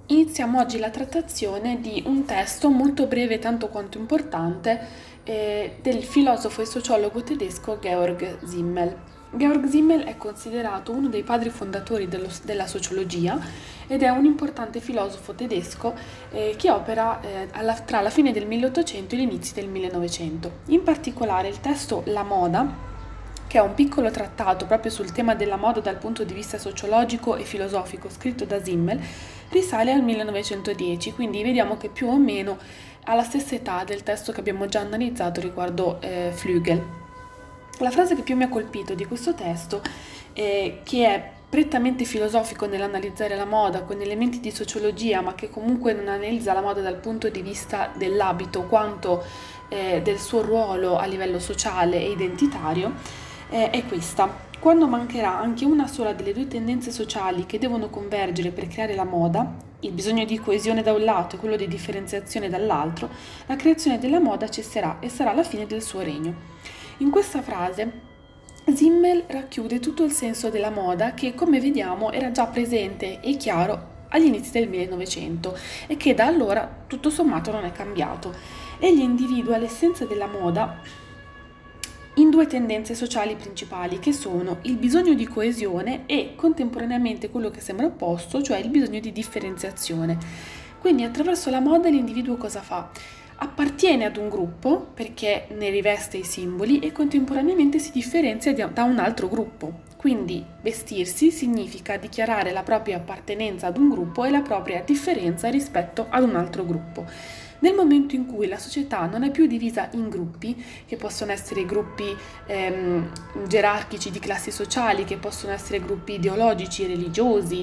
Iniziamo oggi la trattazione di un testo molto breve tanto quanto importante del filosofo e sociologo tedesco Georg Simmel. Georg Simmel è considerato uno dei padri fondatori della sociologia ed è un importante filosofo tedesco che opera tra la fine del 1800 e gli inizi del 1900. In particolare il testo La moda, che è un piccolo trattato proprio sul tema della moda dal punto di vista sociologico e filosofico, scritto da Simmel, risale al 1910, quindi vediamo che più o meno ha la stessa età del testo che abbiamo già analizzato riguardo Flügel. La frase che più mi ha colpito di questo testo, che è prettamente filosofico nell'analizzare la moda con elementi di sociologia, ma che comunque non analizza la moda dal punto di vista dell'abito quanto del suo ruolo a livello sociale e identitario, è questa. Quando mancherà anche una sola delle due tendenze sociali che devono convergere per creare la moda, il bisogno di coesione da un lato e quello di differenziazione dall'altro, la creazione della moda cesserà e sarà la fine del suo regno. In questa frase Simmel racchiude tutto il senso della moda che, come vediamo, era già presente e chiaro agli inizi del 1900 e che da allora tutto sommato non è cambiato. Egli individua l'essenza della moda in due tendenze sociali principali che sono il bisogno di coesione e contemporaneamente quello che sembra opposto, cioè il bisogno di differenziazione. Quindi attraverso la moda l'individuo cosa fa? Appartiene ad un gruppo perché ne riveste i simboli e contemporaneamente si differenzia da un altro gruppo. Quindi vestirsi significa dichiarare la propria appartenenza ad un gruppo e la propria differenza rispetto ad un altro gruppo. Nel momento in cui la società non è più divisa in gruppi, che possono essere gruppi gerarchici di classi sociali, che possono essere gruppi ideologici, religiosi,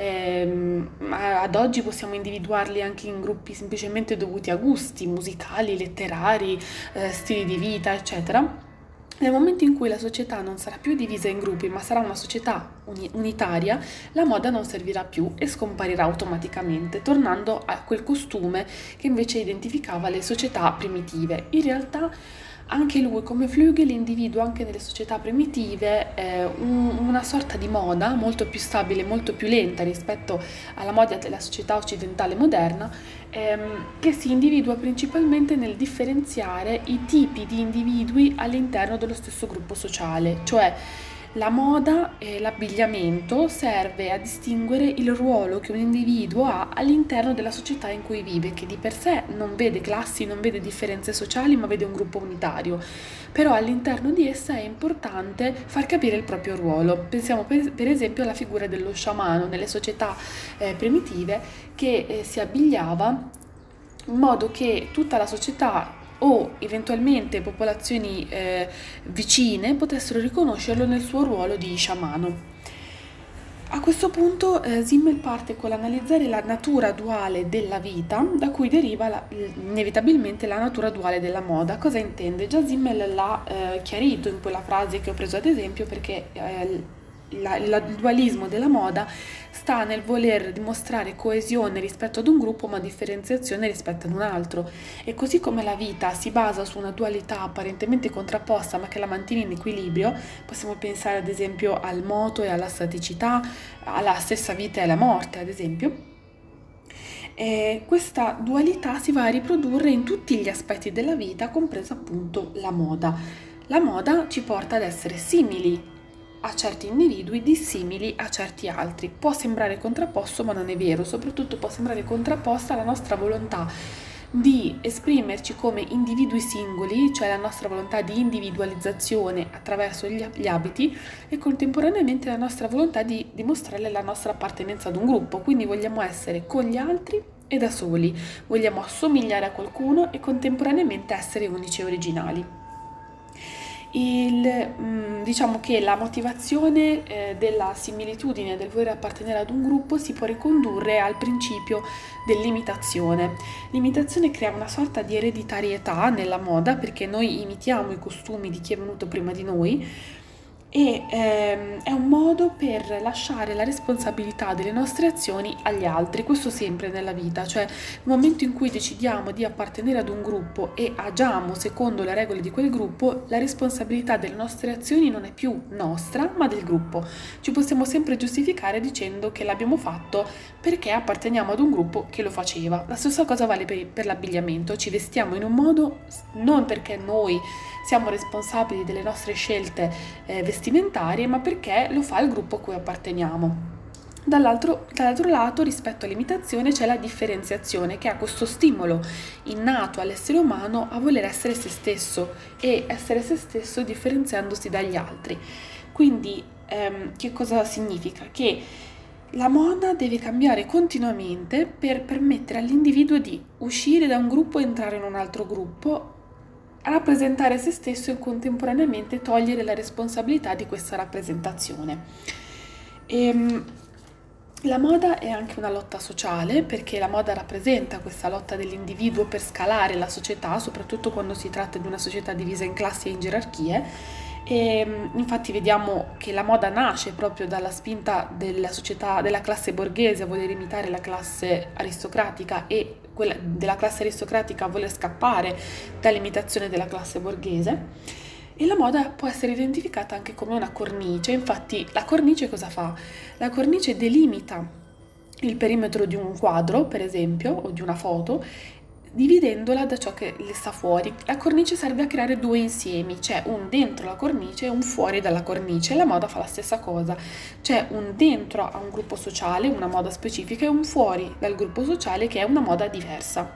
ad oggi possiamo individuarli anche in gruppi semplicemente dovuti a gusti musicali, letterari, stili di vita, eccetera. Nel momento in cui la società non sarà più divisa in gruppi, ma sarà una società unitaria, la moda non servirà più e scomparirà automaticamente, tornando a quel costume che invece identificava le società primitive. In realtà anche lui, come Flügel, individua anche nelle società primitive una sorta di moda molto più stabile, molto più lenta rispetto alla moda della società occidentale moderna, che si individua principalmente nel differenziare i tipi di individui all'interno dello stesso gruppo sociale, cioè la moda e l'abbigliamento serve a distinguere il ruolo che un individuo ha all'interno della società in cui vive, che di per sé non vede classi, non vede differenze sociali, ma vede un gruppo unitario. Però all'interno di essa è importante far capire il proprio ruolo. Pensiamo per esempio alla figura dello sciamano nelle società primitive che si abbigliava in modo che tutta la società o eventualmente popolazioni vicine potessero riconoscerlo nel suo ruolo di sciamano. A questo punto Simmel parte con l'analizzare la natura duale della vita, da cui deriva inevitabilmente la natura duale della moda. Cosa intende? Già Simmel l'ha chiarito in quella frase che ho preso ad esempio, perché il dualismo della moda sta nel voler dimostrare coesione rispetto ad un gruppo ma differenziazione rispetto ad un altro, e così come la vita si basa su una dualità apparentemente contrapposta ma che la mantiene in equilibrio, possiamo pensare ad esempio al moto e alla staticità, alla stessa vita e alla morte ad esempio. Questa dualità si va a riprodurre in tutti gli aspetti della vita, compresa appunto la moda. La moda ci porta ad essere simili a certi individui, dissimili a certi altri. Può sembrare contrapposto, ma non è vero. Soprattutto può sembrare contrapposta alla nostra volontà di esprimerci come individui singoli, cioè la nostra volontà di individualizzazione attraverso gli abiti, e contemporaneamente la nostra volontà di dimostrare la nostra appartenenza ad un gruppo. Quindi vogliamo essere con gli altri e da soli, vogliamo assomigliare a qualcuno e contemporaneamente essere unici e originali. Diciamo che la motivazione della similitudine, del voler appartenere ad un gruppo, si può ricondurre al principio dell'imitazione. L'imitazione crea una sorta di ereditarietà nella moda, perché noi imitiamo i costumi di chi è venuto prima di noi, e è un modo per lasciare la responsabilità delle nostre azioni agli altri, questo sempre nella vita, cioè nel momento in cui decidiamo di appartenere ad un gruppo e agiamo secondo le regole di quel gruppo, la responsabilità delle nostre azioni non è più nostra, ma del gruppo. Ci possiamo sempre giustificare dicendo che l'abbiamo fatto perché apparteniamo ad un gruppo che lo faceva. La stessa cosa vale per l'abbigliamento, ci vestiamo in un modo non perché noi siamo responsabili delle nostre scelte vestimentarie, ma perché lo fa il gruppo a cui apparteniamo. Dall'altro lato, rispetto all'imitazione, c'è la differenziazione, che ha questo stimolo innato all'essere umano a voler essere se stesso e essere se stesso differenziandosi dagli altri. Quindi, che cosa significa? Che la moda deve cambiare continuamente per permettere all'individuo di uscire da un gruppo e entrare in un altro gruppo, rappresentare se stesso e contemporaneamente togliere la responsabilità di questa rappresentazione. La moda è anche una lotta sociale, perché la moda rappresenta questa lotta dell'individuo per scalare la società, soprattutto quando si tratta di una società divisa in classi e in gerarchie. E infatti vediamo che la moda nasce proprio dalla spinta della società, della classe borghese a voler imitare la classe aristocratica e quella della classe aristocratica a voler scappare dall'imitazione della classe borghese. E la moda può essere identificata anche come una cornice, infatti la cornice cosa fa? La cornice delimita il perimetro di un quadro, per esempio, o di una foto, dividendola da ciò che le sta fuori. La cornice serve a creare due insiemi, c'è un dentro la cornice e un fuori dalla cornice. La moda fa la stessa cosa, c'è un dentro a un gruppo sociale, una moda specifica, e un fuori dal gruppo sociale che è una moda diversa.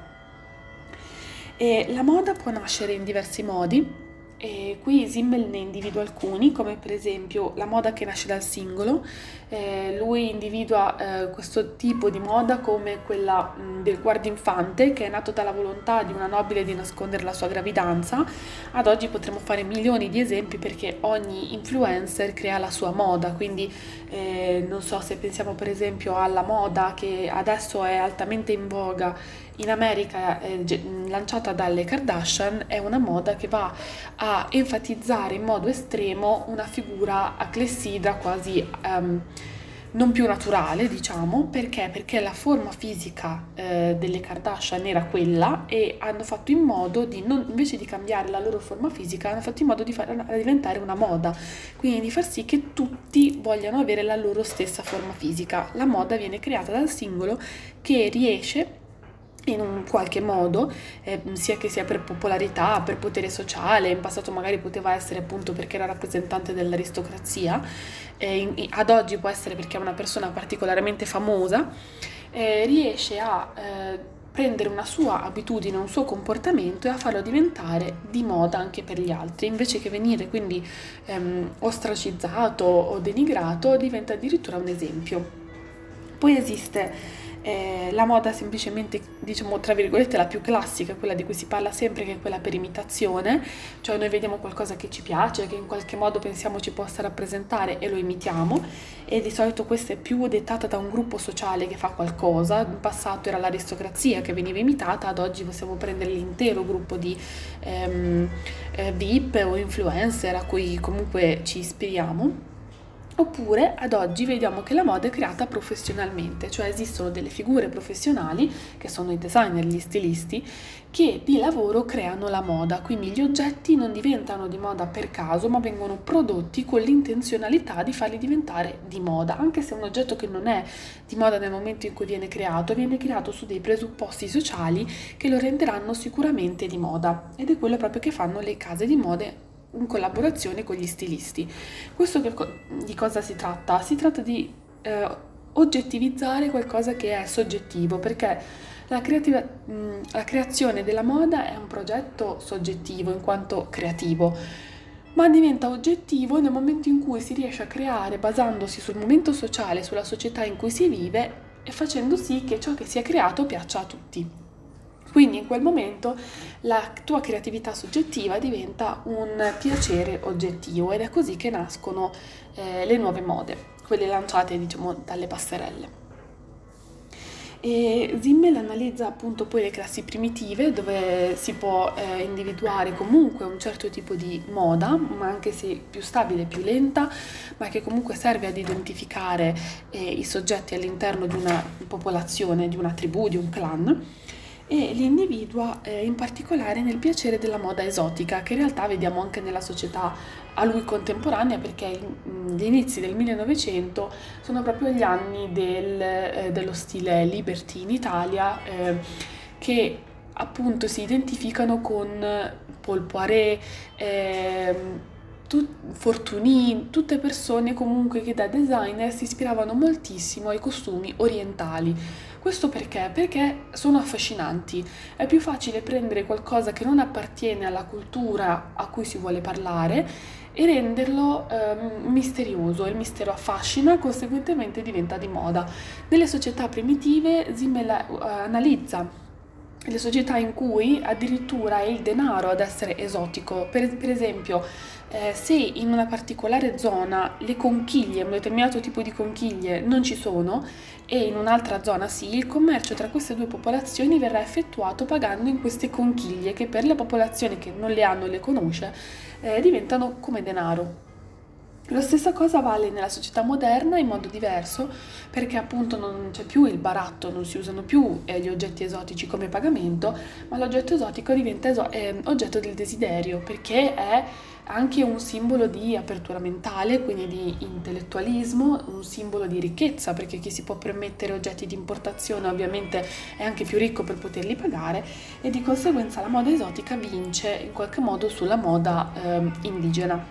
E la moda può nascere in diversi modi. E qui Simmel ne individua alcuni, come per esempio la moda che nasce dal singolo. Lui individua questo tipo di moda come quella del guardinfante, che è nato dalla volontà di una nobile di nascondere la sua gravidanza. Ad oggi potremmo fare milioni di esempi perché ogni influencer crea la sua moda, quindi non so, se pensiamo per esempio alla moda che adesso è altamente in voga in America, lanciata dalle Kardashian, è una moda che va a enfatizzare in modo estremo una figura clessidra, quasi non più naturale, diciamo. Perché? Perché la forma fisica delle Kardashian era quella e hanno fatto in modo di, invece di cambiare la loro forma fisica, hanno fatto in modo di farla diventare una moda, quindi di far sì che tutti vogliano avere la loro stessa forma fisica. La moda viene creata dal singolo che riesce in un qualche modo, sia che sia per popolarità, per potere sociale, in passato magari poteva essere appunto perché era rappresentante dell'aristocrazia, ad oggi può essere perché è una persona particolarmente famosa, riesce a prendere una sua abitudine, un suo comportamento e a farlo diventare di moda anche per gli altri, invece che venire quindi ostracizzato o denigrato, diventa addirittura un esempio. Poi esiste la moda semplicemente, diciamo, tra virgolette, la più classica, quella di cui si parla sempre, che è quella per imitazione, cioè noi vediamo qualcosa che ci piace, che in qualche modo pensiamo ci possa rappresentare e lo imitiamo, e di solito questa è più dettata da un gruppo sociale che fa qualcosa. In passato era l'aristocrazia che veniva imitata, ad oggi possiamo prendere l'intero gruppo di VIP o influencer a cui comunque ci ispiriamo. Oppure ad oggi vediamo che la moda è creata professionalmente, cioè esistono delle figure professionali, che sono i designer, gli stilisti, che di lavoro creano la moda, quindi gli oggetti non diventano di moda per caso, ma vengono prodotti con l'intenzionalità di farli diventare di moda, anche se è un oggetto che non è di moda nel momento in cui viene creato su dei presupposti sociali che lo renderanno sicuramente di moda, ed è quello proprio che fanno le case di moda in collaborazione con gli stilisti. Questo di cosa si tratta? Si tratta di oggettivizzare qualcosa che è soggettivo, perché la creazione della moda è un progetto soggettivo in quanto creativo, ma diventa oggettivo nel momento in cui si riesce a creare basandosi sul momento sociale, sulla società in cui si vive e facendo sì che ciò che si è creato piaccia a tutti. Quindi in quel momento la tua creatività soggettiva diventa un piacere oggettivo, ed è così che nascono le nuove mode, quelle lanciate, diciamo, dalle passerelle. E Simmel analizza appunto poi le classi primitive, dove si può individuare comunque un certo tipo di moda, ma anche se più stabile, più lenta, ma che comunque serve ad identificare i soggetti all'interno di una popolazione, di una tribù, di un clan, e li individua in particolare nel piacere della moda esotica, che in realtà vediamo anche nella società a lui contemporanea, perché gli inizi del 1900 sono proprio gli anni dello stile liberty in Italia, che appunto si identificano con Paul Poiret, Fortuny, tutte persone comunque che da designer si ispiravano moltissimo ai costumi orientali. Questo perché? Perché sono affascinanti. È più facile prendere qualcosa che non appartiene alla cultura a cui si vuole parlare e renderlo misterioso. Il mistero affascina, conseguentemente diventa di moda. Nelle società primitive Simmel analizza le società in cui addirittura è il denaro ad essere esotico. Per esempio, se in una particolare zona le conchiglie, un determinato tipo di conchiglie non ci sono e in un'altra zona sì, il commercio tra queste due popolazioni verrà effettuato pagando in queste conchiglie che per la popolazione che non le hanno e le conosce diventano come denaro. La stessa cosa vale nella società moderna in modo diverso, perché appunto non c'è più il baratto, non si usano più gli oggetti esotici come pagamento, ma l'oggetto esotico diventa oggetto del desiderio, perché è anche un simbolo di apertura mentale, quindi di intellettualismo, un simbolo di ricchezza, perché chi si può permettere oggetti di importazione ovviamente è anche più ricco per poterli pagare, e di conseguenza la moda esotica vince in qualche modo sulla moda indigena.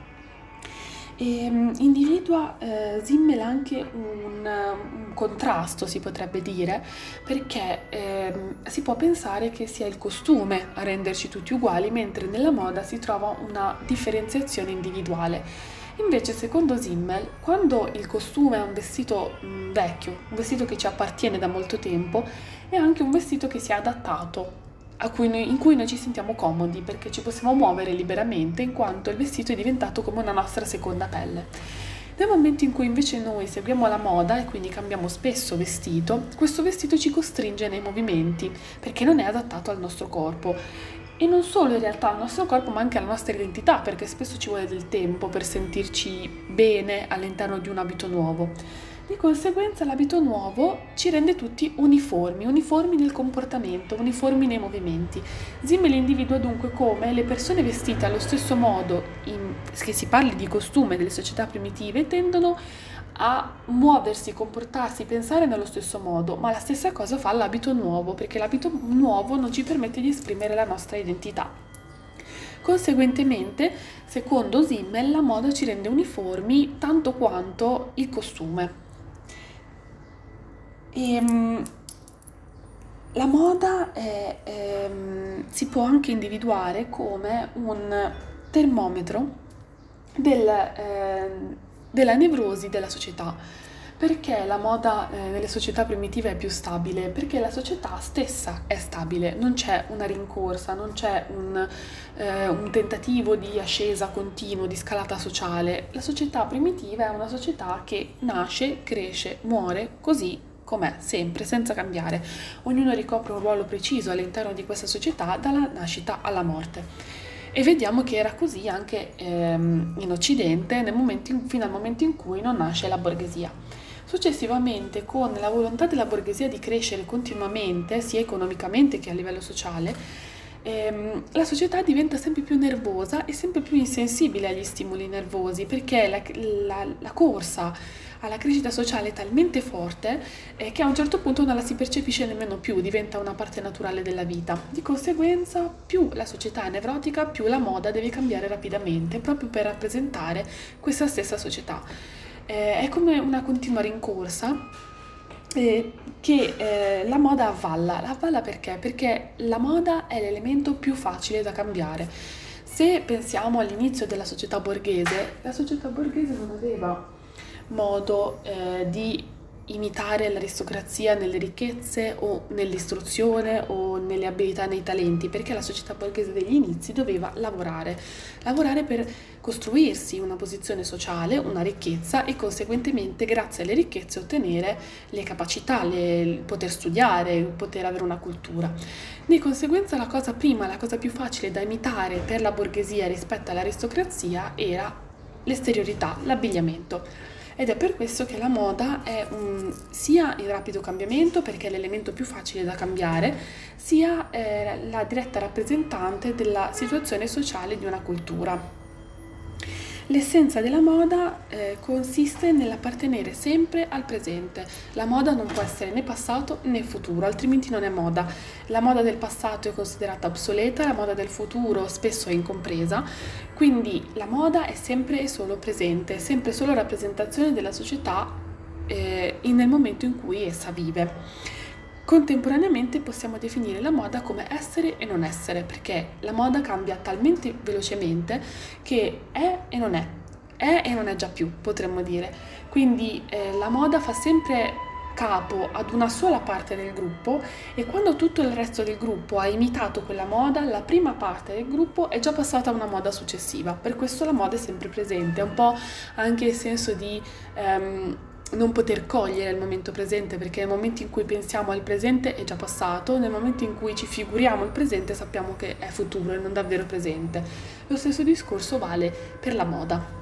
E individua Simmel anche un contrasto, si potrebbe dire, perché si può pensare che sia il costume a renderci tutti uguali, mentre nella moda si trova una differenziazione individuale. Invece, secondo Simmel, quando il costume è un vestito vecchio, un vestito che ci appartiene da molto tempo, è anche un vestito che si è adattato in cui noi ci sentiamo comodi perché ci possiamo muovere liberamente in quanto il vestito è diventato come una nostra seconda pelle. Nel momento in cui invece noi seguiamo la moda e quindi cambiamo spesso vestito, questo vestito ci costringe nei movimenti perché non è adattato al nostro corpo. E non solo in realtà al nostro corpo, ma anche alla nostra identità, perché spesso ci vuole del tempo per sentirci bene all'interno di un abito nuovo. Di conseguenza l'abito nuovo ci rende tutti uniformi nel comportamento, uniformi nei movimenti. Simmel individua dunque come le persone vestite allo stesso modo, che si parli di costume delle società primitive, tendono a muoversi, comportarsi, pensare nello stesso modo, ma la stessa cosa fa l'abito nuovo, perché l'abito nuovo non ci permette di esprimere la nostra identità. Conseguentemente, secondo Simmel, la moda ci rende uniformi tanto quanto il costume. E, la moda si può anche individuare come un termometro della nevrosi della società. Perché la moda nelle società primitive è più stabile? Perché la società stessa è stabile, non c'è una rincorsa, non c'è un tentativo di ascesa continuo, di scalata sociale. La società primitiva è una società che nasce, cresce, muore così com'è, sempre, senza cambiare. Ognuno ricopre un ruolo preciso all'interno di questa società dalla nascita alla morte. E vediamo che era così anche in Occidente fino al momento in cui non nasce la borghesia. Successivamente, con la volontà della borghesia di crescere continuamente, sia economicamente che a livello sociale, la società diventa sempre più nervosa e sempre più insensibile agli stimoli nervosi, perché la corsa alla crescita sociale è talmente forte che a un certo punto non la si percepisce nemmeno più, diventa una parte naturale della vita. Di conseguenza, più la società è nevrotica, più la moda deve cambiare rapidamente, proprio per rappresentare questa stessa società. È come una continua rincorsa che la moda avvalla. La avvalla perché? Perché la moda è l'elemento più facile da cambiare. Se pensiamo all'inizio della società borghese, la società borghese non aveva modo di imitare l'aristocrazia nelle ricchezze o nell'istruzione o nelle abilità, nei talenti, perché la società borghese degli inizi doveva lavorare per costruirsi una posizione sociale, una ricchezza e conseguentemente grazie alle ricchezze ottenere le capacità, poter studiare, poter avere una cultura. Di conseguenza la cosa più facile da imitare per la borghesia rispetto all'aristocrazia era l'esteriorità, l'abbigliamento. Ed è per questo che la moda è sia in rapido cambiamento, perché è l'elemento più facile da cambiare, sia la diretta rappresentante della situazione sociale di una cultura. L'essenza della moda consiste nell'appartenere sempre al presente. La moda non può essere né passato né futuro, altrimenti non è moda. La moda del passato è considerata obsoleta, la moda del futuro spesso è incompresa, quindi la moda è sempre e solo presente, è sempre solo rappresentazione della società nel momento in cui essa vive. Contemporaneamente possiamo definire la moda come essere e non essere, perché la moda cambia talmente velocemente che è e non è già più, potremmo dire. Quindi la moda fa sempre capo ad una sola parte del gruppo e quando tutto il resto del gruppo ha imitato quella moda, la prima parte del gruppo è già passata a una moda successiva. Per questo la moda è sempre presente, è un po' anche il senso di non poter cogliere il momento presente, perché nel momento in cui pensiamo al presente è già passato, nel momento in cui ci figuriamo il presente sappiamo che è futuro e non davvero presente. Lo stesso discorso vale per la moda.